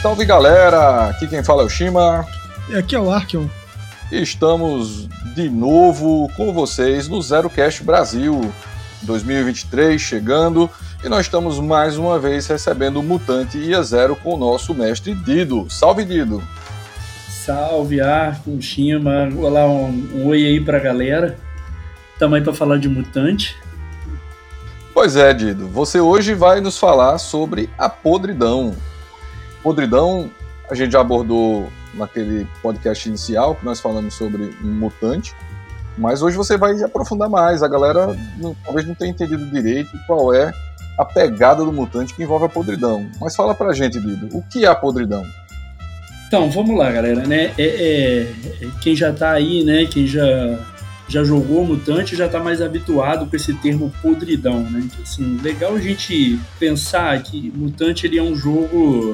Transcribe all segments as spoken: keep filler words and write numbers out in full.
Salve galera, aqui quem fala é o Shima. E aqui é o Arkion. Estamos de novo com vocês no ZeroCast Brasil dois mil e vinte e três chegando e nós estamos mais uma vez recebendo o Mutante e a Zero com o nosso mestre Dido. Salve Dido! Salve Arkion, Shima, olá, um, um oi aí pra galera. Estamos aí para falar de Mutante. Pois é, Dido, você hoje vai nos falar sobre a podridão. Podridão, a gente já abordou naquele podcast inicial, que nós falamos sobre um mutante, mas hoje você vai aprofundar mais. A galera não, talvez não tenha entendido direito qual é a pegada do mutante que envolve a podridão. Mas fala pra gente, Dido, o que é a podridão? Então, vamos lá, galera, né? É, é, é, quem já tá aí, né? Quem já... já jogou Mutante, já está mais habituado com esse termo podridão, né? Então, assim, legal a gente pensar que Mutante ele é um jogo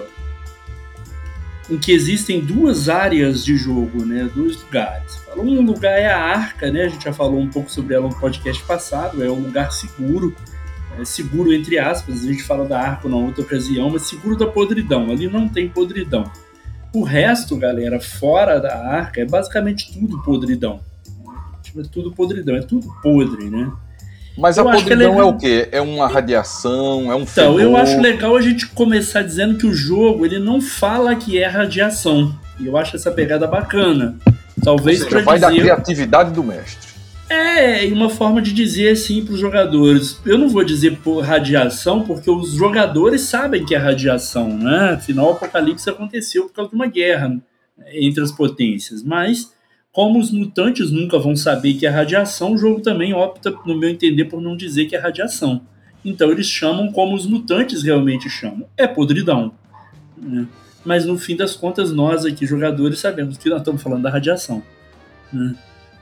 em que existem duas áreas de jogo, né? Dois lugares. Um lugar é a Arca, né? A gente já falou um pouco sobre ela no podcast passado, é um lugar seguro, é seguro entre aspas, a gente fala da Arca na outra ocasião, mas seguro da podridão, ali não tem podridão. O resto, galera, fora da Arca, é basicamente tudo podridão. É tudo podridão, é tudo podre, né? Mas eu a podridão é, é o quê? É uma radiação, é um fedor? Então, eu acho legal a gente começar dizendo que o jogo, ele não fala que é radiação. E eu acho essa pegada bacana. Talvez Ou seja, vai dizer... da criatividade do mestre. É, e uma forma de dizer assim para os jogadores. Eu não vou dizer por radiação, porque os jogadores sabem que é radiação, né? Afinal, o apocalipse aconteceu por causa de uma guerra entre as potências. Mas... como os mutantes nunca vão saber que é radiação, o jogo também opta, no meu entender, por não dizer que é radiação. Então eles chamam como os mutantes realmente chamam. É podridão. Né? Mas no fim das contas, nós aqui, jogadores, sabemos que nós estamos falando da radiação. Né?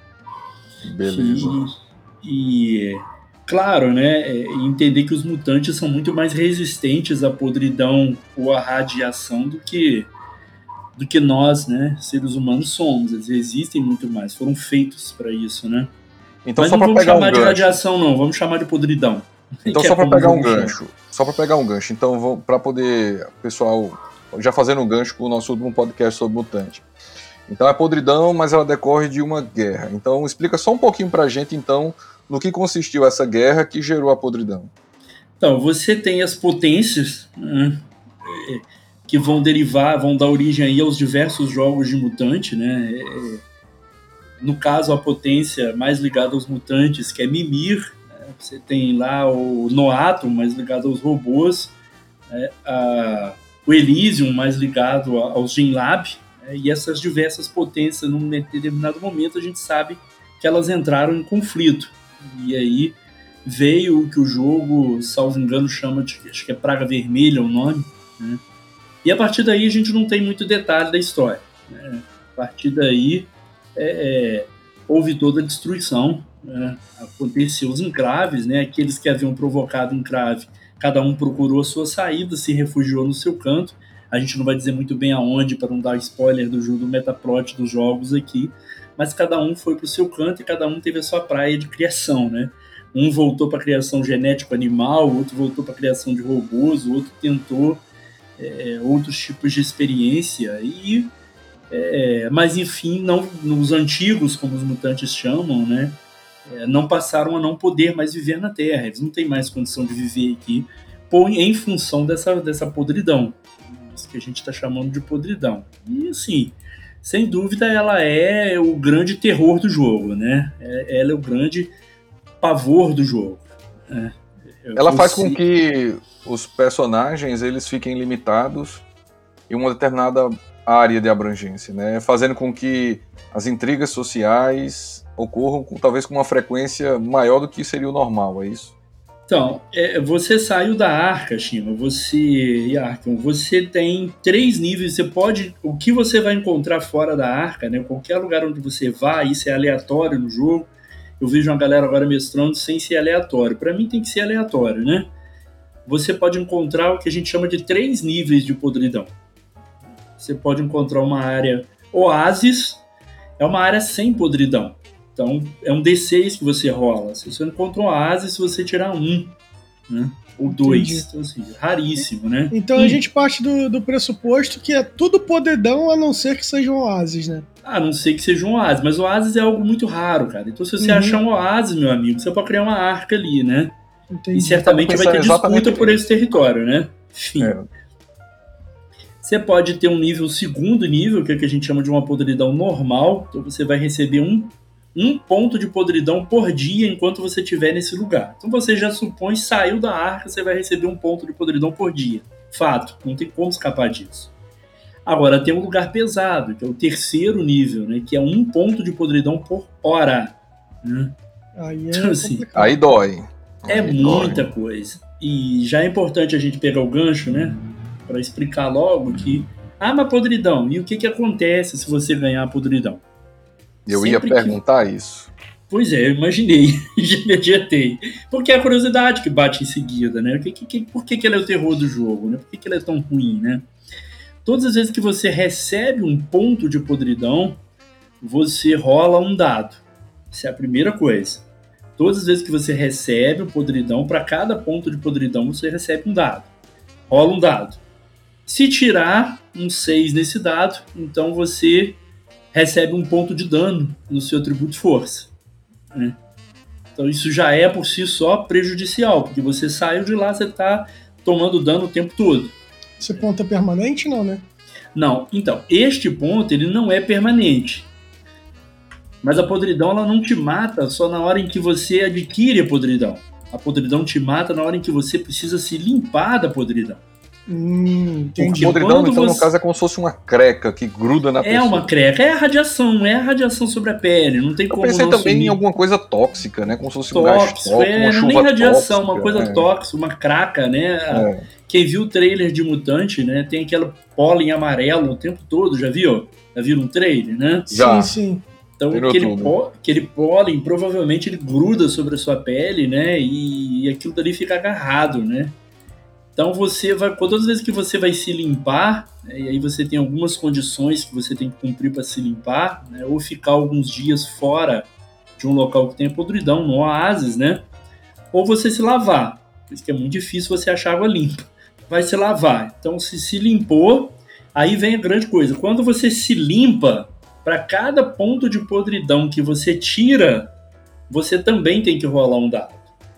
Beleza. E, e claro, né, entender que os mutantes são muito mais resistentes à podridão ou à radiação do que... do que nós, né, seres humanos somos. Eles existem muito mais, foram feitos para isso, né? Então, mas só não vamos pegar chamar um de gancho. radiação, não, vamos chamar de podridão. Então, só é para pegar um gancho, chamar. só para pegar um gancho, então, para poder, pessoal, já fazendo um gancho com o nosso último podcast sobre mutante. Então, é podridão, mas ela decorre de uma guerra. Então, explica só um pouquinho pra gente, então, no que consistiu essa guerra que gerou a podridão. Então, você tem as potências, né, que vão derivar, vão dar origem aí aos diversos jogos de mutante, né? No caso, a potência mais ligada aos mutantes, que é Mimir, né? Você tem lá o Noatum, mais ligado aos robôs, né? a, o Elysium, mais ligado aos Genlab, né? E essas diversas potências, num determinado momento, a gente sabe que elas entraram em conflito. E aí veio o que o jogo, salvo engano, chama de, acho que é Praga Vermelha o nome, né? E a partir daí a gente não tem muito detalhe da história. Né? A partir daí é, é, houve toda a destruição. Né? Aconteceu os encraves, né? Aqueles que haviam provocado encrave, cada um procurou a sua saída, se refugiou no seu canto. A gente não vai dizer muito bem aonde, para não dar spoiler do jogo, do metaplot dos jogos aqui, mas cada um foi para o seu canto e cada um teve a sua praia de criação. Né? Um voltou para a criação genético animal, o outro voltou para a criação de robôs, o outro tentou É, outros tipos de experiência, e, é, mas enfim, não, nos antigos, como os mutantes chamam, né, é, não passaram a não poder mais viver na Terra, eles não têm mais condição de viver aqui por, em função dessa, dessa podridão, isso que a gente está chamando de podridão. E assim, sem dúvida ela é o grande terror do jogo, né? Ela é o grande pavor do jogo, né? Ela faz com que os personagens eles fiquem limitados em uma determinada área de abrangência, né? Fazendo com que as intrigas sociais ocorram com, talvez com uma frequência maior do que seria o normal, é isso? Então, é, você saiu da Arca, Shima, você e Arkham, você tem três níveis, você pode, o que você vai encontrar fora da Arca, né? Qualquer lugar onde você vá, isso é aleatório no jogo. Eu vejo uma galera agora mestrando sem ser aleatório. Para mim tem que ser aleatório, né? Você pode encontrar o que a gente chama de três níveis de podridão. Você pode encontrar uma área oásis, é uma área sem podridão. Então, é um D seis que você rola. Se você encontra um oásis, se você tirar um, né? Ou dois. Então, assim, raríssimo, né? Então e... a gente parte do, do pressuposto que é tudo podridão, a não ser que sejam oásis, né? A não ser que seja um oásis, mas o oásis é algo muito raro, cara. Então se você uhum. achar um oásis, meu amigo, você pode criar uma arca ali, né? Entendi. E certamente vai ter disputa por esse território, né? Enfim. É. Você pode ter um nível, segundo nível, que é o que a gente chama de uma podridão normal. Então você vai receber um, um ponto de podridão por dia enquanto você estiver nesse lugar. Então você já supõe, saiu da arca, você vai receber um ponto de podridão por dia. Fato, não tem como escapar disso. Agora tem um lugar pesado, que é o terceiro nível, né? Que é um ponto de podridão por hora. Né? Aí, é então, assim, aí dói. É aí muita dói. coisa. E já é importante a gente pegar o gancho, né? Para explicar logo que ah, mas podridão, e o que, que acontece se você ganhar a podridão? Eu Sempre ia perguntar que... isso. Pois é, eu imaginei, já adiantei. Porque é a curiosidade que bate em seguida, né? Que, que, por que, que ele é o terror do jogo, né? Por que, que ele é tão ruim, né? Todas as vezes que você recebe um ponto de podridão, você rola um dado. Essa é a primeira coisa. Todas as vezes que você recebe um podridão, para cada ponto de podridão você recebe um dado. Rola um dado. Se tirar um seis nesse dado, então você recebe um ponto de dano no seu atributo de força. Né? Então isso já é por si só prejudicial, porque você saiu de lá, você está tomando dano o tempo todo. Esse ponto é permanente, não, né? Não. Então, este ponto ele não é permanente. Mas a podridão ela não te mata só na hora em que você adquire a podridão. A podridão te mata na hora em que você precisa se limpar da podridão. Hum, entendi. O podridão, então, você... no caso, é como se fosse uma creca que gruda na é pessoa. É uma creca, é a radiação, é a radiação sobre a pele, não tem Eu como... Eu pensei também sumir. em alguma coisa tóxica, né? Como se fosse tóxico, um gás tóxico, é, uma chuva nem radiação, tóxica, uma coisa é. tóxica, uma craca, né? É. Quem viu o trailer de Mutante, né? Tem aquela pólen amarelo o tempo todo, já viu? Já viram um trailer, né? Já. Sim, sim. Então, aquele, pó, aquele pólen, provavelmente, ele gruda sobre a sua pele, né? E, e aquilo dali fica agarrado, né? Então, você vai... Todas as vezes que você vai se limpar, né, e aí você tem algumas condições que você tem que cumprir para se limpar, né? Ou ficar alguns dias fora de um local que tem podridão, no oásis, né? Ou você se lavar. Por isso que é muito difícil você achar água limpa. Vai se lavar. Então, se se limpou, aí vem a grande coisa. Quando você se limpa, para cada ponto de podridão que você tira, você também tem que rolar um dado.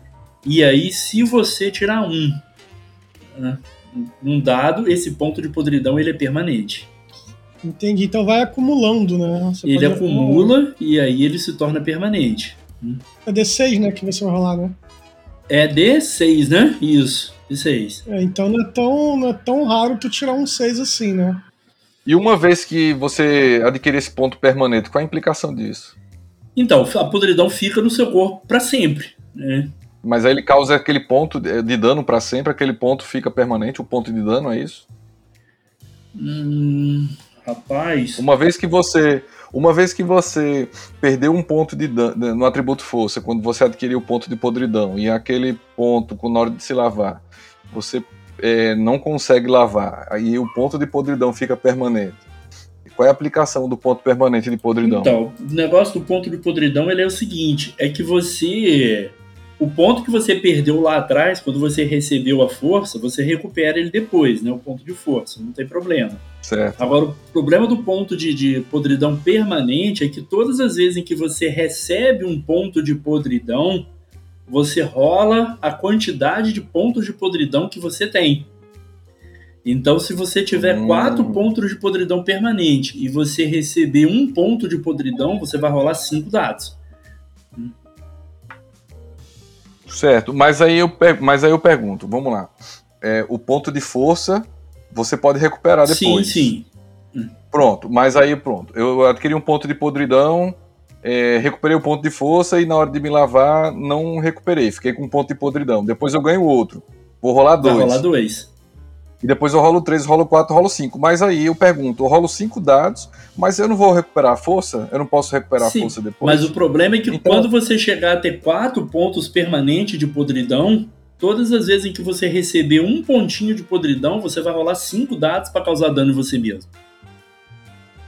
E aí, se você tirar um, né, um dado, esse ponto de podridão ele é permanente. Entendi. Então vai acumulando, né? Você ele acumula acumular. E aí ele se torna permanente. É D seis, né, que você vai rolar, né? É D seis, né? Isso, D seis. É, então não é, tão, não é tão raro tu tirar um seis assim, né? E uma vez que você adquirir esse ponto permanente, qual a implicação disso? Então, a podridão fica no seu corpo para sempre, né? Mas aí ele causa aquele ponto de dano para sempre, aquele ponto fica permanente, o ponto de dano, é isso? Hum, rapaz... Uma vez que você... Uma vez que você perdeu um ponto de dano no atributo força, quando você adquiriu o ponto de podridão, e aquele ponto, na hora de se lavar, você é, não consegue lavar, aí o ponto de podridão fica permanente. Qual é a aplicação do ponto permanente de podridão? Então, o negócio do ponto de podridão ele é o seguinte, é que você... O ponto que você perdeu lá atrás, quando você recebeu a força, você recupera ele depois, né? O ponto de força, não tem problema. Certo. Agora, o problema do ponto de, de podridão permanente é que todas as vezes em que você recebe um ponto de podridão, você rola a quantidade de pontos de podridão que você tem. Então, se você tiver hum. quatro pontos de podridão permanente e você receber um ponto de podridão, você vai rolar cinco dados. Certo, mas aí eu, mas aí eu pergunto, vamos lá. É, o ponto de força você pode recuperar depois. Sim, sim. Pronto, mas aí pronto. Eu adquiri um ponto de podridão, é, recuperei o ponto de força e na hora de me lavar não recuperei. Fiquei com um ponto de podridão. Depois eu ganho outro. Vou rolar dois. Vai rolar dois. E depois eu rolo três, rolo quatro, rolo cinco. Mas aí eu pergunto, eu rolo cinco dados, mas eu não vou recuperar a força? Eu não posso recuperar Sim, a força depois? Mas o problema é que então, quando você chegar a ter quatro pontos permanentes de podridão, todas as vezes em que você receber um pontinho de podridão, você vai rolar cinco dados para causar dano em você mesmo.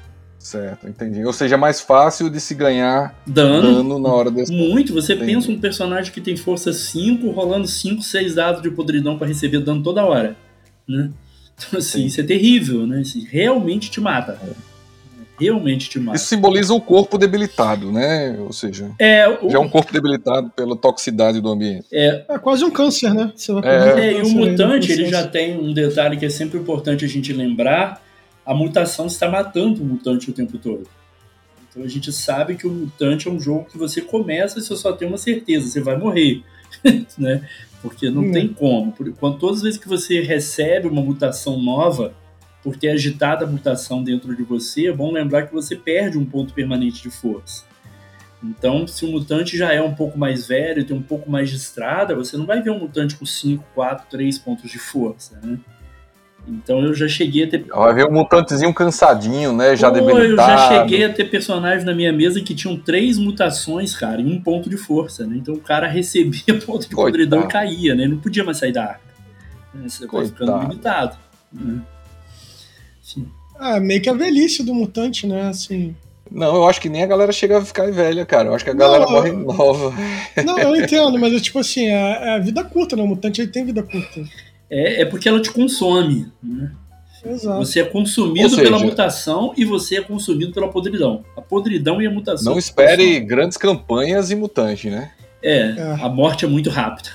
Certo, entendi. Ou seja, é mais fácil de se ganhar dano, dano na hora desse. Muito. Você Entendi. pensa um personagem que tem força cinco, rolando cinco, seis dados de podridão pra receber dano toda hora, né? Então, assim, Sim. isso é terrível, né? Isso realmente te mata. Realmente te mata. Isso simboliza o corpo debilitado, né? Ou seja, É, o, já é um corpo debilitado pela toxicidade do ambiente. é, É quase um câncer, né? Você vai É. pegar um é, e o câncer aí no mutante, ele processo. já tem um detalhe que é sempre importante a gente lembrar: a mutação está matando o mutante o tempo todo. Então a gente sabe que o mutante é um jogo que você começa e você só tem uma certeza, você vai morrer, né? Porque não Hum. tem como. Por, quando, todas as vezes que você recebe uma mutação nova, por ter agitado a mutação dentro de você, é bom lembrar que você perde um ponto permanente de força. Então, se o mutante já é um pouco mais velho, tem um pouco mais de estrada, você não vai ver um mutante com cinco, quatro, três pontos de força, né? Então eu já cheguei a ter... Vai ver um mutantezinho cansadinho, né? Já Pô, debilitado. eu já cheguei a ter personagens na minha mesa que tinham três mutações, cara, e um ponto de força, né? Então o cara recebia ponto de Coitado. podridão e caía, né? Ele não podia mais sair da arca. Né? Você vai ficando Coitado. limitado. Né? Sim. Ah, meio que a velhice do mutante, né? Assim. Não, eu acho que nem a galera chega a ficar velha, cara. Eu acho que a Não, galera eu- morre nova. Não, eu entendo, mas é tipo assim, é, é a vida curta, né? O mutante ele tem vida curta. É, é porque ela te consome, né? Exato. Você é consumido Ou seja- pela mutação e você é consumido pela podridão. A podridão e a mutação. Não te espere consomem. grandes campanhas em mutante, né? É, É. a morte é muito rápida.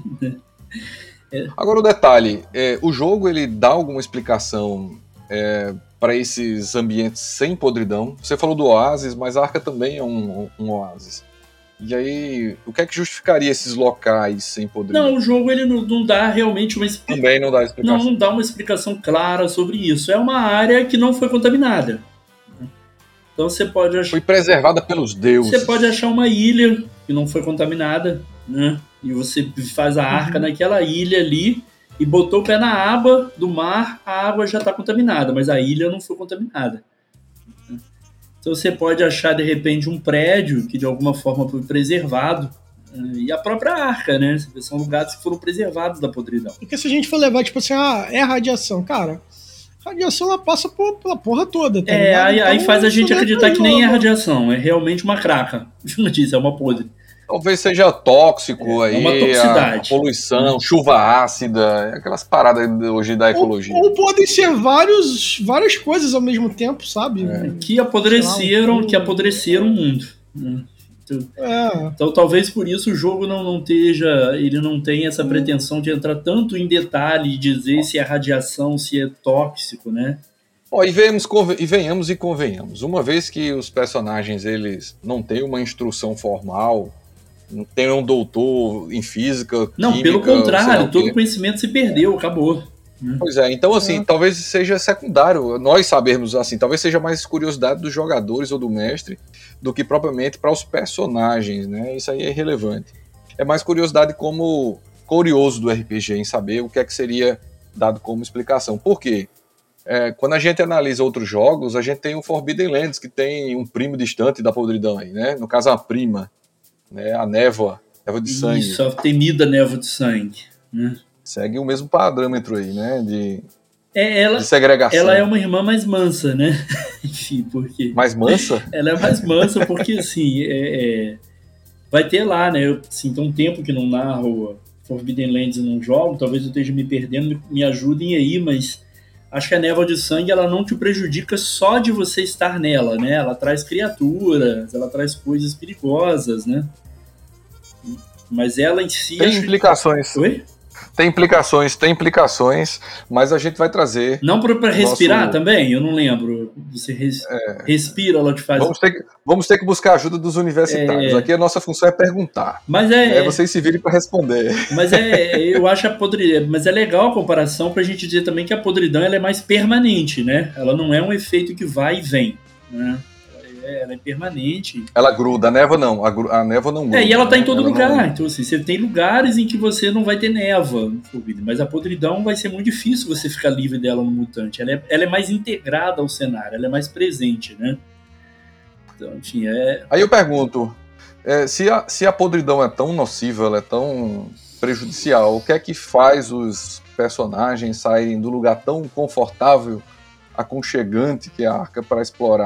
Agora o detalhe, é, o jogo ele dá alguma explicação é, para esses ambientes sem podridão? Você falou do oásis, mas a Arca também é um, um oásis. E aí, o que é que justificaria esses locais sem podridão? Não, o jogo ele não, não dá realmente uma explicação. Também não dá Não, explicação. não dá uma explicação clara sobre isso. É uma área que não foi contaminada. Então você pode achar, Foi preservada pelos deuses. você pode achar uma ilha que não foi contaminada, né? E você faz a arca Uhum. naquela ilha ali e botou o pé na aba do mar, a água já está contaminada, mas a ilha não foi contaminada. Então você pode achar de repente um prédio que de alguma forma foi preservado, né? E a própria arca, né? São lugares que foram preservados da podridão. Porque se a gente for levar, tipo assim, ah, é radiação, cara. Radiação ela passa por, pela porra toda, tá É, ligado? aí, aí Então, faz a isso gente daí acreditar tá que nem é louco. radiação, é realmente uma craca. Como eu disse, é uma podre. Talvez seja tóxico É, aí, é uma toxicidade. a poluição, chuva ácida, aquelas paradas hoje da Ou, ecologia. ou podem ser vários, várias coisas ao mesmo tempo, sabe? Que apodreceram, Sei lá, que apodreceram o mundo. né? É. Então talvez por isso o jogo não, não esteja, ele não tem essa pretensão de entrar tanto em detalhe e dizer se é radiação, se é tóxico, né? Ó, e, venhamos, conven- e venhamos e convenhamos, uma vez que os personagens eles não têm uma instrução formal, não tem um doutor em física, Não, química, pelo sei lá contrário, o todo quê. o conhecimento se perdeu, acabou. Pois é, então assim, É. talvez seja secundário, nós sabermos assim, talvez seja mais curiosidade dos jogadores ou do mestre do que propriamente para os personagens, né? Isso aí é irrelevante. É mais curiosidade como curioso do R P G em saber o que é que seria dado como explicação. Por quê? É, quando a gente analisa outros jogos, a gente tem o Forbidden Lands, que tem um primo distante da podridão aí, né? No caso, a prima, né? A névoa, névoa de sangue. Isso, a temida névoa de sangue. Né? Segue o mesmo parâmetro aí, né? De, É, ela, de segregação. ela é uma irmã mais mansa, né? Enfim, porque... Mais mansa? Ela é mais mansa porque, assim, é, é, vai ter lá, né? Eu, assim, tem um tempo que não narro Forbidden Lands e não jogo, talvez eu esteja me perdendo, me, me ajudem aí, mas acho que a névoa de sangue, ela não te prejudica só de você estar nela, né? Ela traz criaturas, ela traz coisas perigosas, né? Mas ela em si... Tem acho- implicações. Oi? Tem implicações, tem implicações, mas a gente vai trazer. Não pra, pra respirar Nosso- também? Eu não lembro. Você res- respira, ela te faz... Vamos ter, que, vamos ter que buscar a ajuda dos universitários. É. Aqui a nossa função é perguntar. Mas é... É, vocês se virem para responder. Mas é, eu acho a podridão, mas é legal a comparação pra gente dizer também que a podridão ela é mais permanente, né? Ela não é um efeito que vai e vem, né? Ela é, ela é permanente. Ela gruda, a névoa não. A, gru- a névoa não gruda. É, e ela tá em né? todo Ela lugar. não- Então, assim, você tem lugares em que você não vai ter névoa, mas a podridão vai ser muito difícil você ficar livre dela no mutante. Ela é, ela é mais integrada ao cenário, ela é mais presente, né? Então, enfim, é. Aí eu pergunto, é, se, a, se a podridão é tão nociva, ela é tão prejudicial, o que é que faz os personagens saírem do lugar tão confortável, aconchegante que é a Arca para explorar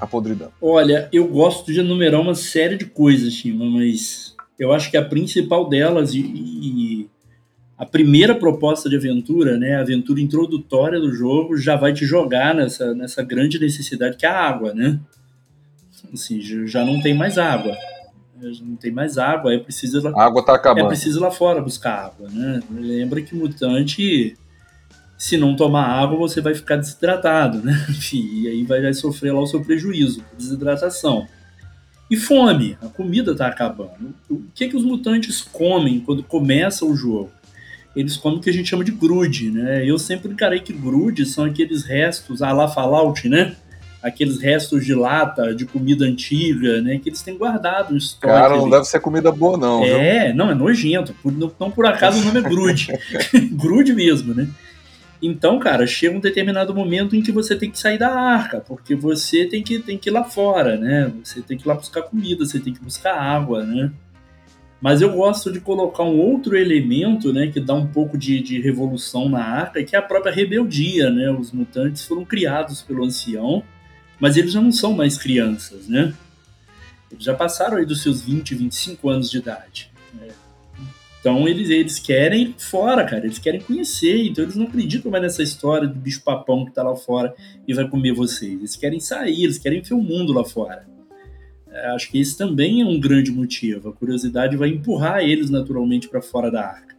a podridão? Olha, eu gosto de enumerar uma série de coisas, Chima, mas eu acho que a principal delas e, e a primeira proposta de aventura, né, a aventura introdutória do jogo, já vai te jogar nessa, nessa grande necessidade que é a água, né? Assim, já não tem mais água. Já não tem mais água, é preciso, a água tá acabando. É preciso ir lá fora buscar água, né? Lembra que mutante, se não tomar água, você vai ficar desidratado, né? E aí vai, vai sofrer lá o seu prejuízo, desidratação. E fome, a comida tá acabando. O que que os mutantes comem quando começa o jogo? Eles comem o que a gente chama de grude, né? Eu sempre encarei que grude são aqueles restos, à la Fallout, né? Aqueles restos de lata, de comida antiga, né? Que eles têm guardado no estoque. Cara, não ali. deve ser comida boa, não. É, viu? não, é nojento. Por, não, não por acaso o nome é grude. Grude mesmo, né? Então, cara, chega um determinado momento em que você tem que sair da arca, porque você tem que, tem que ir lá fora, né? Você tem que ir lá buscar comida, você tem que buscar água, né? Mas eu gosto de colocar um outro elemento, né, que dá um pouco de, de revolução na arca, que é a própria rebeldia, né? Os mutantes foram criados pelo ancião, mas eles já não são mais crianças, né? Eles já passaram aí dos seus vinte, vinte e cinco anos de idade. Né? Então eles, eles querem ir fora, cara. Eles querem conhecer. Então eles não acreditam mais nessa história do bicho-papão que tá lá fora e vai comer vocês. Eles querem sair, eles querem ver o mundo lá fora. É, acho que esse também é um grande motivo. A curiosidade vai empurrar eles naturalmente para fora da arca.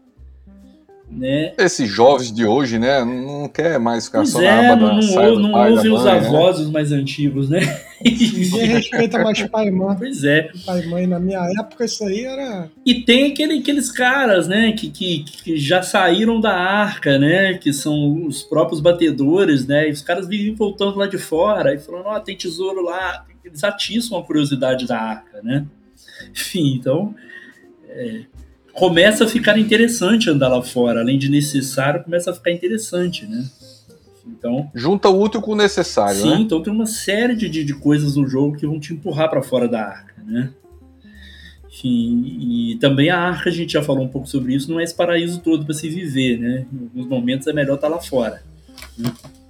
Né? Esses jovens de hoje, né, não quer mais ficar Pois só é, na aba não, da saia não, do não pai, ouvem da os mãe, avós né? os mais antigos, né? Ninguém respeita mais pai e mãe. Pois é. Pai e mãe, na minha época, isso aí era... E tem aquele, aqueles caras, né, que, que, que já saíram da arca, né, que são os próprios batedores, né, e os caras vivem voltando lá de fora e falando, ó, oh, tem tesouro lá. Eles atiçam a curiosidade da arca, né? Enfim, então... É... começa a ficar interessante andar lá fora. Além de necessário, começa a ficar interessante, né? Então, junta o útil com o necessário, sim, né? então tem uma série de, de coisas no jogo que vão te empurrar para fora da arca, né? Enfim, e também a arca, a gente já falou um pouco sobre isso, não é esse paraíso todo para se viver, né? Em alguns momentos é melhor estar lá fora. Né?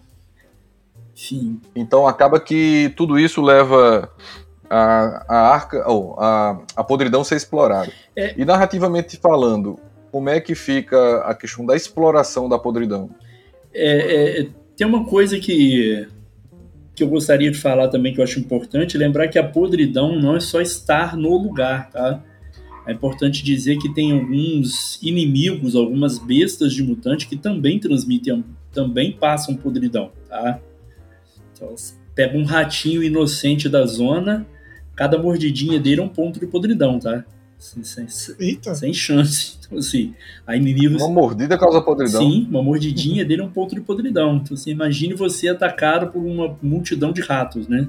Enfim. Então acaba que tudo isso leva a, a arca, ou a, a podridão ser explorada. É. E narrativamente falando, como é que fica a questão da exploração da podridão? É, é, tem uma coisa que, que eu gostaria de falar também, que eu acho importante, lembrar que a podridão não é só estar no lugar, tá? É importante dizer que tem alguns inimigos, algumas bestas de mutante que também transmitem, também passam podridão, tá? Então, pega um ratinho inocente da zona, cada mordidinha dele é um ponto de podridão, tá? Sem, sem, sem chance. Então, assim, a inimigos... Uma mordida causa podridão? Sim, uma mordidinha dele é um ponto de podridão. Então, assim, imagine você atacado por uma multidão de ratos, né?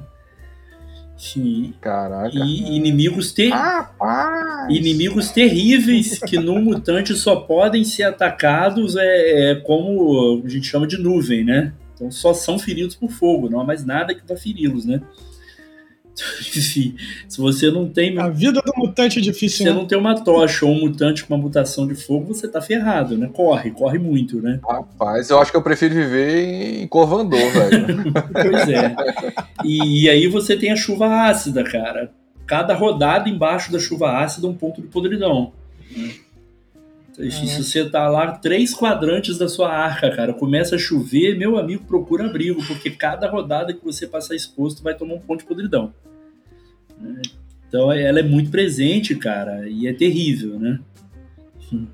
Sim. Caraca. E inimigos, ter... Rapaz. inimigos terríveis que no mutante só podem ser atacados é, é como a gente chama de nuvem, né? Então só são feridos por fogo, não há mais nada que vai feri-los, né? Enfim, se você não tem... A vida do mutante é difícil, Se né? você não tem uma tocha ou um mutante com uma mutação de fogo, você tá ferrado, né? Corre, corre muito, né? Rapaz, eu acho que eu prefiro viver em Corvandor, velho. Pois é. E, e aí você tem a chuva ácida, cara. Cada rodada embaixo da chuva ácida é um ponto de podridão. Né? Então, se você tá lá, três quadrantes da sua arca, cara, começa a chover, meu amigo, procura abrigo, porque cada rodada que você passar exposto vai tomar um ponto de podridão. Né? Então ela é muito presente, cara, e é terrível, né? Enfim.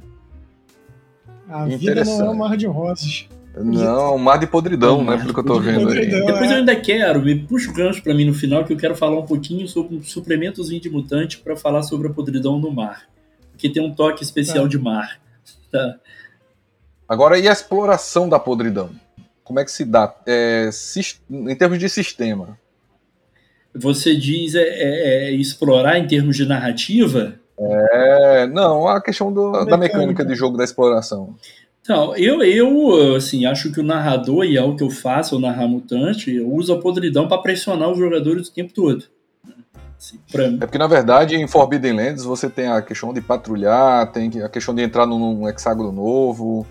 A vida não é um mar de rosas. Não, um mar de podridão, né? Pelo que eu tô vendo aí. Depois eu ainda quero, me puxa o gancho pra mim no final, que eu quero falar um pouquinho sobre um suplementozinho de mutante pra falar sobre a podridão no mar. Porque tem um toque especial tá. de mar. Tá. Agora, e a exploração da podridão? Como é que se dá? É, em termos de sistema. Você diz é, é, é explorar em termos de narrativa? É, não, a questão do, mecânica. da mecânica de jogo da exploração. Então, eu, eu assim, acho que o narrador, e é o que eu faço, o narrar mutante, eu uso a podridão para pressionar os jogadores o tempo todo. Assim, pra... É porque, na verdade, em Forbidden Lands você tem a questão de patrulhar, tem a questão de entrar num hexágono novo,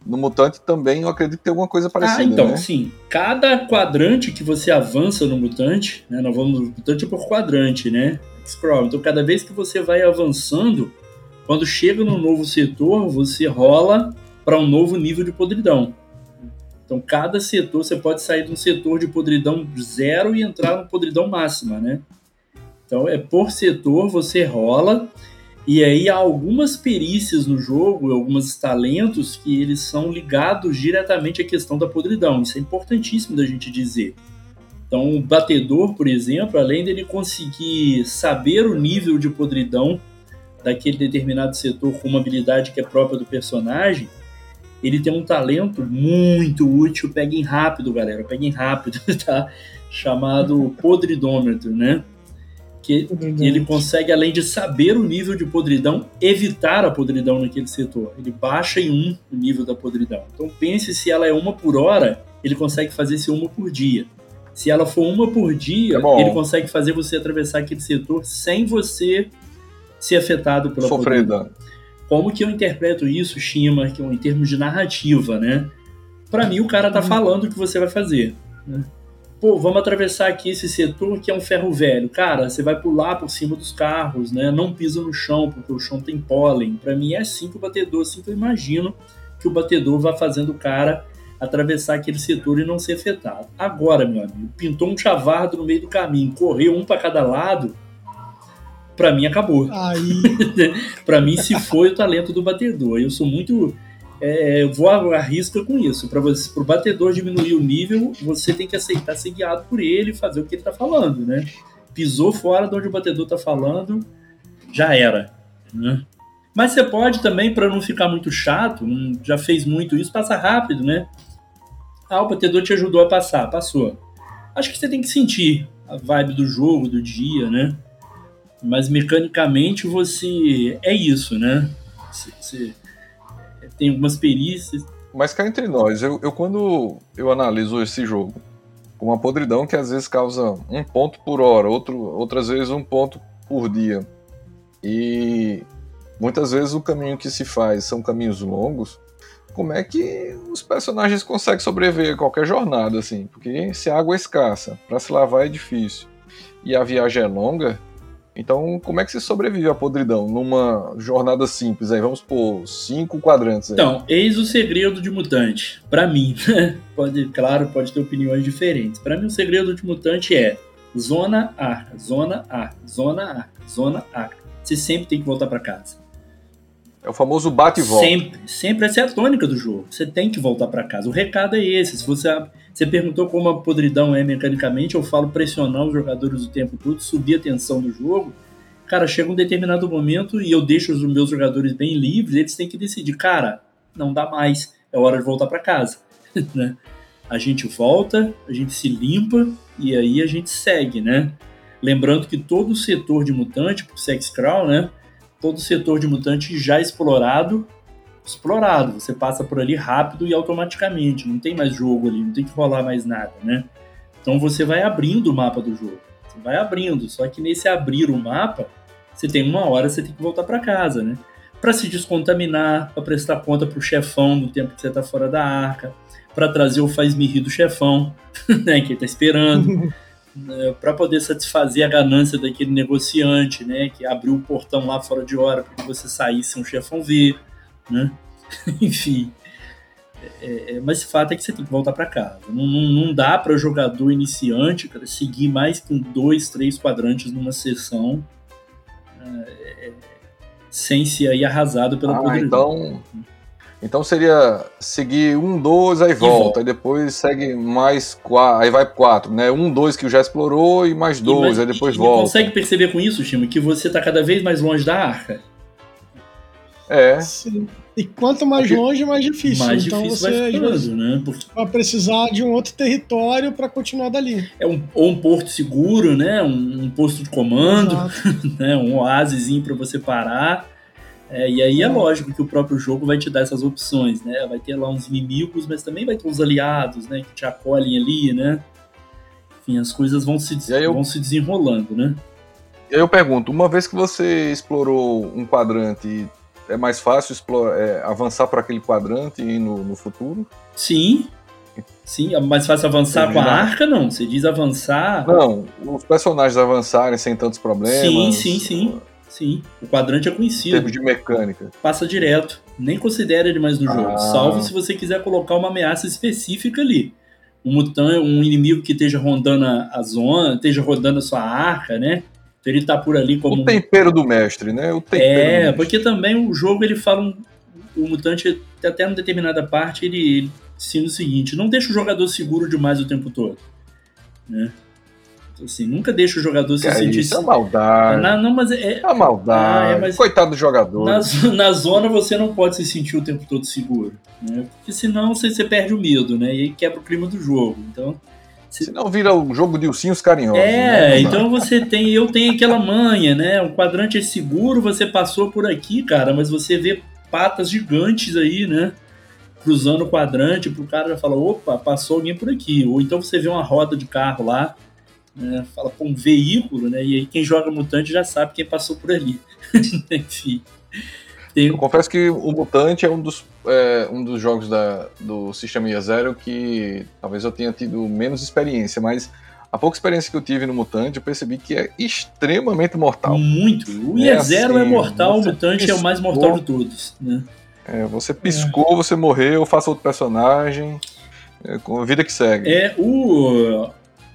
no Mutante também eu acredito que tem alguma coisa parecida, Ah, então, né? sim. Cada quadrante que você avança no Mutante, né? Nós vamos no Mutante por quadrante, né? Scroll. Então, cada vez que você vai avançando, quando chega no novo setor, você rola para um novo nível de podridão. Então, cada setor, você pode sair de um setor de podridão zero e entrar no podridão máxima, né? Então, é por setor, você rola. E aí há algumas perícias no jogo, alguns talentos que eles são ligados diretamente à questão da podridão. Isso é importantíssimo da gente dizer. Então, o batedor, por exemplo, além dele conseguir saber o nível de podridão daquele determinado setor com uma habilidade que é própria do personagem, ele tem um talento muito útil. Peguem rápido, galera, peguem rápido, tá? Chamado podridômetro, né? Que ele consegue, além de saber o nível de podridão, evitar a podridão naquele setor. Ele baixa em um o nível da podridão. Então pense, se ela é uma por hora, ele consegue fazer esse uma por dia. Se ela for uma por dia, É ele consegue fazer você atravessar aquele setor sem você ser afetado pela Sofrer podridão. dano. Como que eu interpreto isso, Shima, que em termos de narrativa, né? Pra mim, o cara tá falando o que você vai fazer, né? Pô, vamos atravessar aqui esse setor que é um ferro velho. Cara, você vai pular por cima dos carros, né? Não pisa no chão, porque o chão tem pólen. Pra mim é assim que o batedor, assim que eu imagino que o batedor vai fazendo o cara atravessar aquele setor e não ser afetado. Agora, meu amigo, pintou um chavardo no meio do caminho, correu um pra cada lado, pra mim acabou. Aí, Pra mim se foi o talento do batedor. Eu sou muito... É, eu vou à risca com isso. Para o batedor diminuir o nível, você tem que aceitar ser guiado por ele e fazer o que ele está falando, né? Pisou fora de onde o batedor está falando, já era, né? Mas você pode também, para não ficar muito chato, já fez muito isso, passa rápido, né? Ah, o batedor te ajudou a passar, passou. Acho que você tem que sentir a vibe do jogo, do dia, né? Mas mecanicamente você... é isso, né? Você... você tem algumas perícias. Mas cá entre nós, eu, eu quando eu analiso esse jogo com uma podridão que às vezes causa um ponto por hora, outro, outras vezes um ponto por dia, e muitas vezes o caminho que se faz são caminhos longos, como é que os personagens conseguem sobreviver a qualquer jornada, assim? Porque se a água é escassa, para se lavar é difícil, e a viagem é longa, então como é que se sobrevive à podridão numa jornada simples aí? Vamos por cinco quadrantes aí. Então, eis o segredo de Mutante. Pra mim, pode, claro, pode ter opiniões diferentes. Pra mim, o segredo de Mutante é zona arca, zona arca, zona arca, zona arca. Você sempre tem que voltar pra casa. É o famoso bate e volta. Sempre, sempre. Essa é a tônica do jogo. Você tem que voltar pra casa. O recado é esse. Se você, você perguntou como a podridão é mecanicamente, eu falo pressionar os jogadores o tempo todo, subir a tensão do jogo. Cara, chega um determinado momento e eu deixo os meus jogadores bem livres, eles têm que decidir, cara, não dá mais, é hora de voltar pra casa. Né? A gente volta, a gente se limpa e aí a gente segue, né? Lembrando que todo o setor de mutante, por Sex Crawl, né? Todo setor de mutante já explorado, explorado. Você passa por ali rápido e automaticamente. Não tem mais jogo ali, não tem que rolar mais nada, né? Então você vai abrindo o mapa do jogo. Você vai abrindo. Só que nesse abrir o mapa, você tem uma hora, você tem que voltar para casa, né? Para se descontaminar, para prestar conta pro chefão no tempo que você tá fora da arca, para trazer o faz-me rir do chefão, né? Que ele tá esperando. Para poder satisfazer a ganância daquele negociante, né, que abriu o portão lá fora de hora para que você saísse sem um chefão ver, né? Enfim, é, é, mas o fato é que você tem que voltar para casa. Não, não, não dá para jogador iniciante, cara, seguir mais que um, dois, três quadrantes numa sessão é, sem ser aí arrasado pela ah, podridão. Então... Então seria seguir um, dois, aí volta, volta. Aí depois segue mais quatro, aí vai pro quatro, né? Um, dois que já explorou e mais dois, e mais, aí depois e, volta. E consegue perceber com isso, Chima, que você tá cada vez mais longe da arca? É. Sim. E quanto mais Porque longe, mais difícil. Mais então difícil você vai ficando, né? Porque... vai precisar de um outro território para continuar dali. É um, ou um porto seguro, né? Um, um posto de comando, né? Um oásisinho para você parar. É, e aí é lógico que o próprio jogo vai te dar essas opções, né? Vai ter lá uns inimigos, mas também vai ter uns aliados, né? Que te acolhem ali, né? Enfim, as coisas vão se, eu... vão se desenrolando, né? E aí eu pergunto, uma vez que você explorou um quadrante e é mais fácil explorar, é, avançar para aquele quadrante e ir no, no futuro? Sim. Sim, é mais fácil avançar com a arca, não. Você diz avançar... Não, os personagens avançarem sem tantos problemas. Sim, sim, sim. Sim, o quadrante é conhecido. Em termos de mecânica. Passa direto. Nem considera ele mais no jogo. Ah. Salvo se você quiser colocar uma ameaça específica ali. Um mutante, um inimigo que esteja rondando a, a zona, esteja rodando a sua arca, né? Então ele tá por ali como... O tempero do mestre, né? O tempero é, do mestre. Porque também o jogo, ele fala... Um, o mutante, até em determinada parte, ele, ele ensina o seguinte: não deixa o jogador seguro demais o tempo todo. Né? Assim, nunca deixa o jogador se é sentir... Isso, é maldade. Na, não, mas é... É maldade. Ah, é, mas coitado do jogador. Na, na zona você não pode se sentir o tempo todo seguro. Né? Porque senão você, você perde o medo, né? E aí quebra o clima do jogo. Então... Se... Senão vira um jogo de ursinhos carinhosos. É, né? Então você tem... Eu tenho aquela manha, né? O quadrante é seguro, você passou por aqui, cara, mas você vê patas gigantes aí, né? Cruzando o quadrante, pro cara já fala, opa, passou alguém por aqui. Ou então você vê uma roda de carro lá, né? Fala, pô, um veículo, né? E aí quem joga Mutante já sabe quem passou por ali. Enfim. Tem... Eu confesso que o Mutante é um dos, é, um dos jogos da, do Sistema I A Zero que talvez eu tenha tido menos experiência, mas a pouca experiência que eu tive no Mutante, eu percebi que é extremamente mortal. Muito. O I A Zero é, assim, é mortal, o Mutante piscou, é o mais mortal de todos. Né? É, você piscou, é. você morreu, faça outro personagem, é, com a vida que segue. É, o...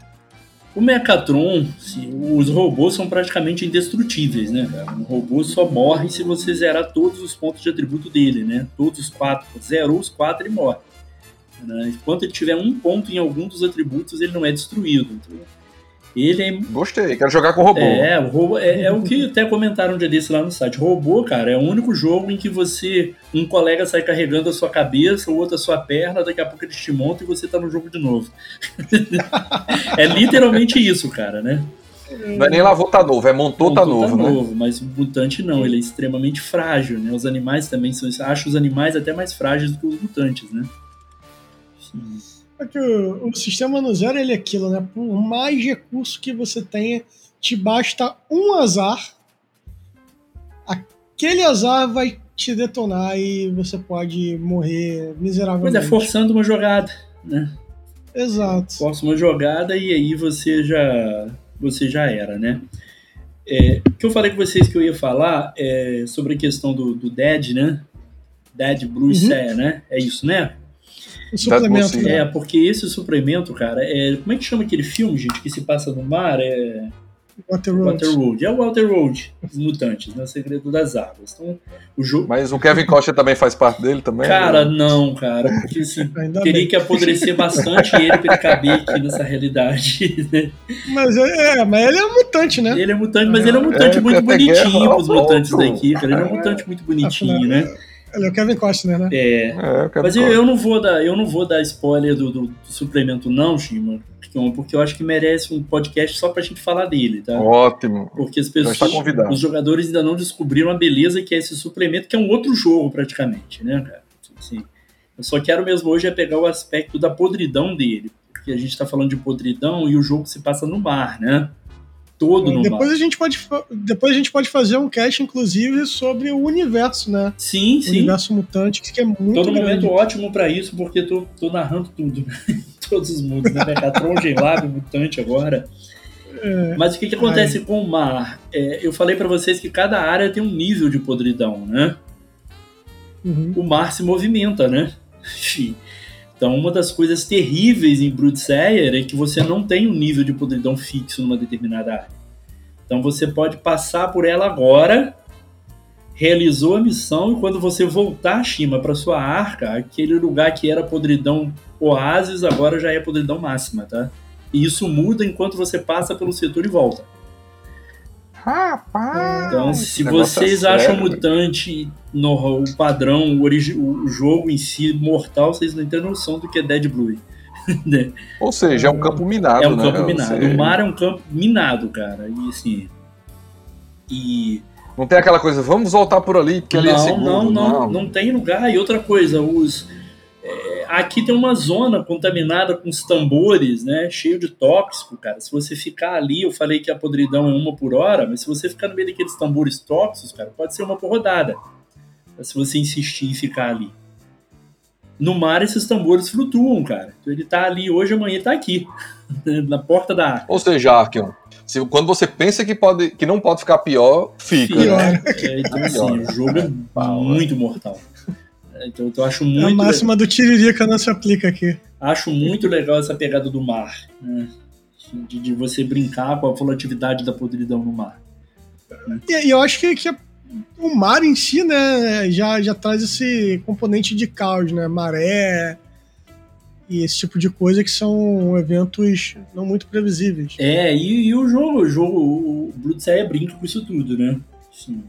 O Mechatron, os robôs são praticamente indestrutíveis, né, cara? Um robô só morre se você zerar todos os pontos de atributo dele, né? Todos os quatro. Zerou os quatro e morre. Né? Enquanto ele tiver um ponto em algum dos atributos, ele não é destruído. Então, ele é... Gostei, quero jogar com robô. É, o robô é, é o que até comentaram um dia desse lá no site. Robô, cara, é o único jogo em que você, um colega sai carregando a sua cabeça, o outro a sua perna, daqui a pouco ele te monta e você tá no jogo de novo. É literalmente isso, cara, né? Não é nem lavou, tá novo, é montou, montou tá novo, tá né? novo, mas o mutante não, ele é extremamente frágil, né? Os animais também são... Acho os animais até mais frágeis do que os mutantes, né? Sim. É que o, o sistema no zero ele é aquilo, né? Por mais recurso que você tenha, te basta um azar, aquele azar vai te detonar e você pode morrer miseravelmente. Mas é forçando uma jogada, né? Exato. Força uma jogada e aí você já, você já era, né? É, o que eu falei com vocês que eu ia falar é sobre a questão do, do Dead, né? Dead Blue Sea, uhum. né? É isso, né? O suplemento, né? É, porque esse suplemento, cara, é... como é que chama aquele filme, gente, que se passa no mar? É... Waterworld. Waterworld. É o Waterworld, os mutantes, né? O Segredo das Águas. Então, o jogo... Mas o Kevin Costa também faz parte dele também? Cara, né? Não, cara, porque assim, teria bem. que apodrecer bastante ele pra ele caber aqui nessa realidade, né? Mas, é, mas ele é um mutante, né? Ele é mutante, mas ele é um mutante é, muito bonitinho pros mutantes daqui, cara. Ele é um mutante muito bonitinho, Afinal, né? Ele é o Kevin Costner, né? É, é mas eu, eu, não vou dar, eu não vou dar spoiler do, do, do suplemento não, Shima, porque eu acho que merece um podcast só pra gente falar dele, tá? Ótimo. Porque as pessoas, os jogadores ainda não descobriram a beleza que é esse suplemento, que é um outro jogo praticamente, né, cara? Assim, eu só quero mesmo hoje é pegar o aspecto da podridão dele, porque a gente tá falando de podridão e o jogo se passa no mar, né? Todo no depois mar. a gente pode depois a gente pode fazer um cast inclusive sobre o universo, né? Sim, o sim. O universo mutante que é muito tô no grande. momento ótimo pra isso porque tô, tô narrando tudo, todos os mundos, né? Mechatron, G-Lab, mutante agora. É, Mas o que que acontece ai. com o mar? É, eu falei pra vocês que cada área tem um nível de podridão, né? Uhum. O mar se movimenta, né? Então, uma das coisas terríveis em Broodseer é que você não tem um nível de podridão fixo numa determinada área. Então, você pode passar por ela agora, realizou a missão, e quando você voltar, Shima, para sua arca, aquele lugar que era podridão oásis, agora já é podridão máxima, tá? E isso muda enquanto você passa pelo setor e volta. Rapaz! Então, se vocês é acham sério, mutante no o padrão, o, origi- o jogo em si mortal, vocês não têm noção do que é Dead Blue. Ou seja, é um campo minado, É um né? campo minado. O mar é um campo minado, cara. E assim. E. Não tem aquela coisa, vamos voltar por ali, porque ali não, é seguro. Não, não, não. Não tem lugar. E outra coisa, os. É, aqui tem uma zona contaminada com os tambores, né? Cheio de tóxico, cara. Se você ficar ali, eu falei que a podridão é uma por hora, mas se você ficar no meio daqueles tambores tóxicos, cara, pode ser uma por rodada. se você insistir em ficar ali. No mar, esses tambores flutuam, cara. Então ele tá ali hoje, amanhã ele tá aqui, na porta da arca. Ou seja, Arkion, se, quando você pensa que, pode, que não pode ficar pior, fica. Pior. Né? É, então, assim, o jogo é Pau, muito mortal. Então, então eu acho A muito máxima do Tiririca não se aplica aqui. Acho muito legal essa pegada do mar, né? de, de você brincar com a volatilidade da podridão no mar. E, e eu acho que, que o mar em si, né, já, já traz esse componente de caos, né? Maré e esse tipo de coisa que são eventos não muito previsíveis. É, e, e o jogo, o jogo, o Bloodsaia brinca com isso tudo, né? Sim.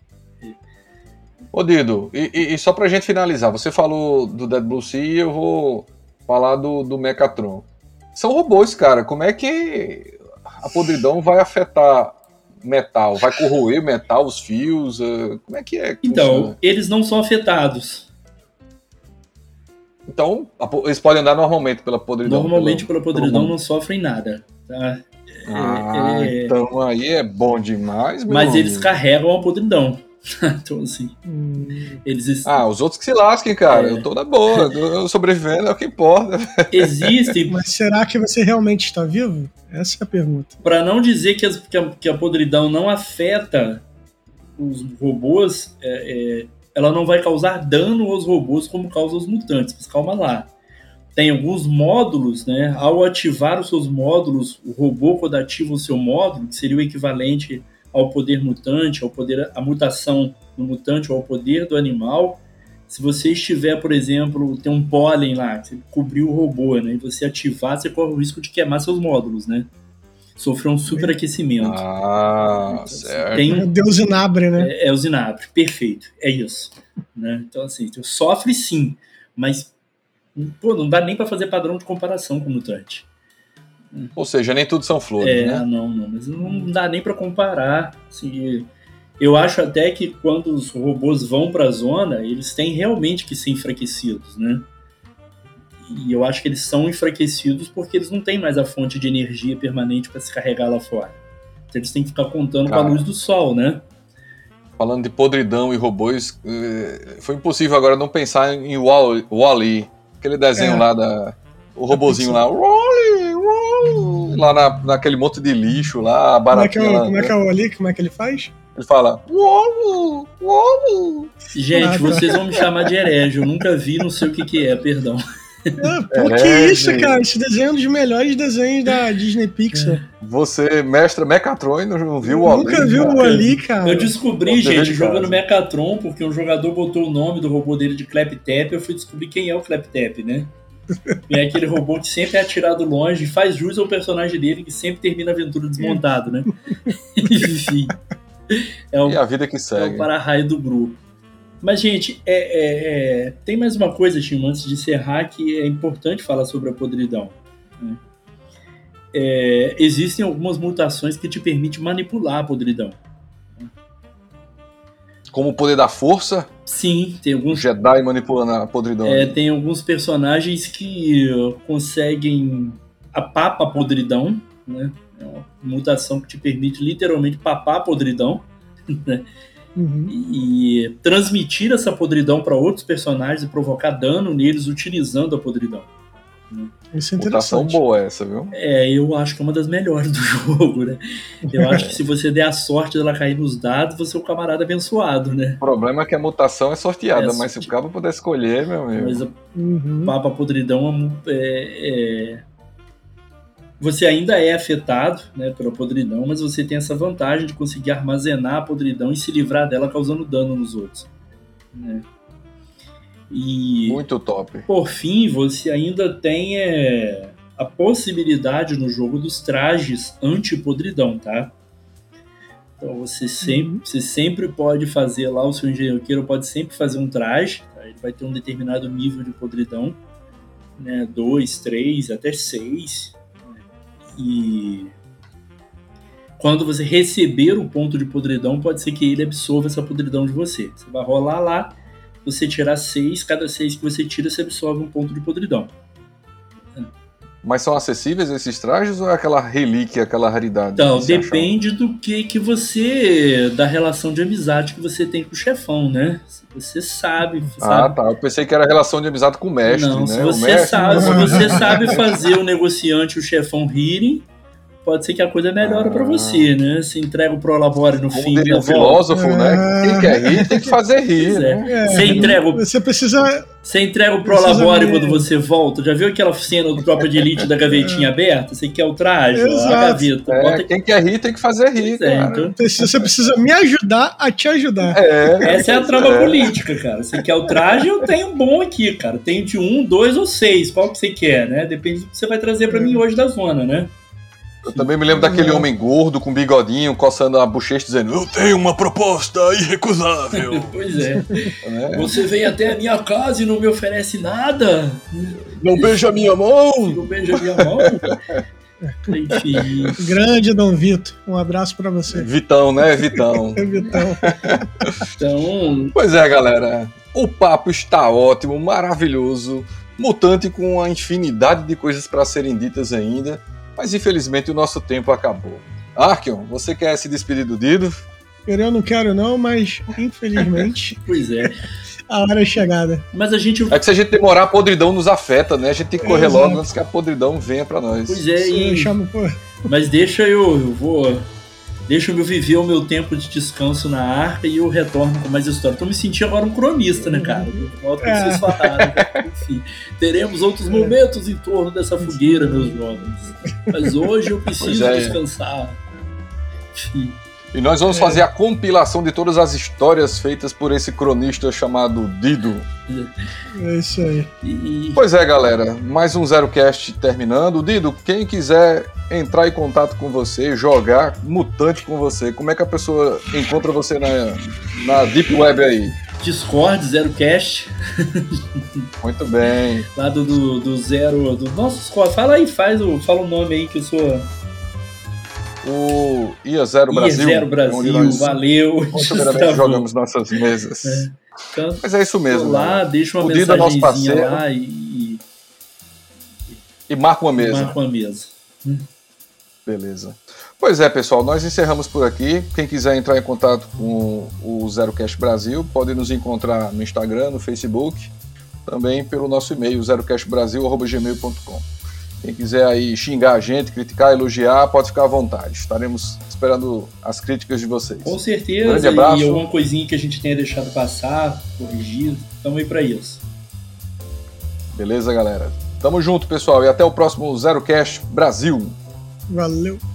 Ô Dido, e, e, e só pra gente finalizar, você falou do Dead Blue Sea e eu vou falar do, do Mechatron. São robôs, cara, como é que a podridão vai afetar metal? Vai corroer metal, os fios? Uh, como é que é? Que então, funciona? eles não são afetados. Então, eles podem andar normalmente pela podridão? Normalmente pelo, pela podridão não sofrem nada, tá? Ah, É, é... então aí é bom demais, meu Mas amigo. eles carregam a podridão. Então, assim, Hum. eles... Ah, os outros que se lasquem, cara. É. Eu tô na boa. Eu sobrevivendo é o que importa. Existem, Mas será que você realmente está vivo? Essa é a pergunta. para não dizer que, as, que, a, que a podridão não afeta os robôs, é, é, ela não vai causar dano aos robôs como causa aos mutantes. Mas calma lá. Tem alguns módulos, né? Ao ativar os seus módulos, o robô, quando ativa o seu módulo, que seria o equivalente ao poder mutante, ao poder, a mutação do mutante ou ao poder do animal. Se você estiver, por exemplo, tem um pólen lá, que cobriu o robô, né? E você ativar, você corre o risco de queimar seus módulos, né? Sofrer um superaquecimento. Ah, Então, assim, certo. tem um, É Deus Inabre, né? é, é o Zinabre, perfeito, é isso. Né? Então, assim, então, sofre sim, mas pô, não dá nem para fazer padrão de comparação com o mutante. Ou seja, nem tudo são flores, É, né? não, não, mas não dá nem para comparar. Assim, eu acho até que quando os robôs vão para a zona, eles têm realmente que ser enfraquecidos, né? E eu acho que eles são enfraquecidos porque eles não têm mais a fonte de energia permanente para se carregar lá fora. Então eles têm que ficar contando Cara, com a luz do sol, né? Falando de podridão e robôs, eh, foi impossível agora não pensar em Wall- Wall-E, aquele desenho É. lá da... O robozinho lá, Wall-E, Wall-E, lá na, naquele monte de lixo lá, a Como é que é, baratinha o- lá. como é que é o ali? Como é que ele faz? Ele fala, Wall-E, Wall-E. Gente, Ah, tá. vocês vão me chamar de herege, eu nunca vi, não sei o que que é, perdão. Ah, pô, que É, isso, gente. cara? Esse desenho é um dos melhores desenhos da Disney Pixar. Você, mestra Mechatron, não viu Eu o Wall-E? nunca viu cara? o Ali, cara. Eu descobri, Você vê gente, de jogando casa. Mechatron, porque um jogador botou o nome do robô dele de Claptap, eu fui descobrir quem é o Claptap, né? E é aquele robô que sempre é atirado longe e faz jus ao personagem dele, que sempre termina a aventura desmontado, né? Enfim. É o, E a vida que é o segue. para-raio do grupo. Mas, gente, é, é, é, tem mais uma coisa, Timo, antes de encerrar, que é importante falar sobre a podridão. Né? É, existem algumas mutações que te permitem manipular a podridão. Como o poder da força, Sim, tem o alguns, Jedi manipulando a podridão. é, ali. tem alguns personagens que uh, conseguem a papa podridão, né? É uma mutação que te permite literalmente papar a podridão, né? Uhum. E, e transmitir essa podridão para outros personagens e provocar dano neles utilizando a podridão. Isso é Mutação interessante. boa essa, viu? É, eu acho que é uma das melhores do jogo, né? Eu acho que se você der a sorte dela cair nos dados, você é o camarada abençoado, né? O problema é que a mutação é sorteada, É, mas se o sorte- cabo puder escolher, meu amigo. Mas a Uhum. papa podridão é, é- você ainda é afetado, né, pela podridão, mas você tem essa vantagem de conseguir armazenar a podridão e se livrar dela causando dano nos outros, né? E Muito top. por fim, você ainda tem é, a possibilidade no jogo dos trajes anti-podridão, tá? Então você sempre, Uhum. você sempre pode fazer lá, o seu engenheiro pode sempre fazer um traje, tá? Ele vai ter um determinado nível de podridão, né? dois, três, até seis. Né? E quando você receber o ponto de podridão, pode ser que ele absorva essa podridão de você. Você vai rolar lá, você tirar seis, cada seis que você tira, você absorve um ponto de podridão. Mas são acessíveis esses trajes ou é aquela relíquia, aquela raridade? Então, que depende achava? do que, que você... da relação de amizade que você tem com o chefão, né? Se você sabe, sabe... Ah, tá. Eu pensei que era relação de amizade com o mestre, Não, né? se você, mestre... sabe, se você sabe fazer o negociante e o chefão rirem, pode ser que a coisa melhora ah. pra você, né? Se entrega o Prolabore no Como fim. diria o filósofo, é... né? Quem quer rir tem que fazer rir, né? É. Você entrega o... Você precisa... Você entrega o Prolabore quando você volta. Já viu aquela cena do Tropa de Elite da gavetinha é. aberta? Você quer o traje, ó, a gaveta. É, bota... Quem quer rir tem que fazer rir, é, então... Você precisa me ajudar a te ajudar. É, Essa é a trama é. política, cara. Você quer o traje, eu tenho um bom aqui, cara. Tenho de um, dois ou seis. Qual que você quer, né? Depende do que você vai trazer pra é. mim hoje da zona, né? Eu também me lembro daquele homem gordo com bigodinho, coçando a bochecha, dizendo: eu tenho uma proposta irrecusável. Pois é. é. Você vem até a minha casa e não me oferece nada? Não beija a minha mão? Não beija a minha mão? Enfim. Grande Dom Vitor, um abraço pra você. Vitão, né? Vitão. É Vitão. Então... Pois é, galera. O papo está ótimo, maravilhoso. Mutante com uma infinidade de coisas para serem ditas ainda. Mas infelizmente o nosso tempo acabou. Arkion, você quer se despedir do Dido? Eu não quero não, mas infelizmente... Pois é. A hora é chegada. Mas a gente... É que se a gente demorar, a podridão nos afeta, né? A gente tem que correr é, logo antes que a podridão venha pra nós. Pois é, e... chamo, pô. Mas deixa eu... eu vou... Deixa eu viver o meu tempo de descanso na arca e eu retorno com mais história. Tô me sentindo agora um cronista, né, cara? Volta que vocês falaram. Enfim, teremos outros momentos em torno dessa fogueira, meus jovens. Mas hoje eu preciso é. descansar. Enfim. E nós vamos é. fazer a compilação de todas as histórias feitas por esse cronista chamado Dido. É isso aí. E... Pois é, galera. Mais um ZeroCast terminando. Dido, quem quiser entrar em contato com você, jogar Mutante com você, como é que a pessoa encontra você na, na Deep Web aí? Discord, ZeroCast. Muito bem. Lá do, do, do Zero... Do nosso Discord. Fala aí, faz o, fala o nome aí que eu sou... O I A Zero Brasil. I A Zero Brasil, nós, valeu. Jogamos nossas mesas. É. Então, mas é isso mesmo. Lá, né? Deixa uma o mensagenzinha lá e, e... E marca uma mesa. Marca uma mesa. Hum. Beleza. Pois é, pessoal, nós encerramos por aqui. Quem quiser entrar em contato com o ZeroCast Brasil, pode nos encontrar no Instagram, no Facebook, também pelo nosso e-mail, zerocastbrasil arroba gmail ponto com. Quem quiser aí xingar a gente, criticar, elogiar, pode ficar à vontade. Estaremos esperando as críticas de vocês. Com certeza, um grande abraço. E alguma coisinha que a gente tenha deixado passar, corrigir, estamos aí para isso. Beleza, galera? Tamo junto, pessoal, e até o próximo ZeroCast Brasil. Valeu.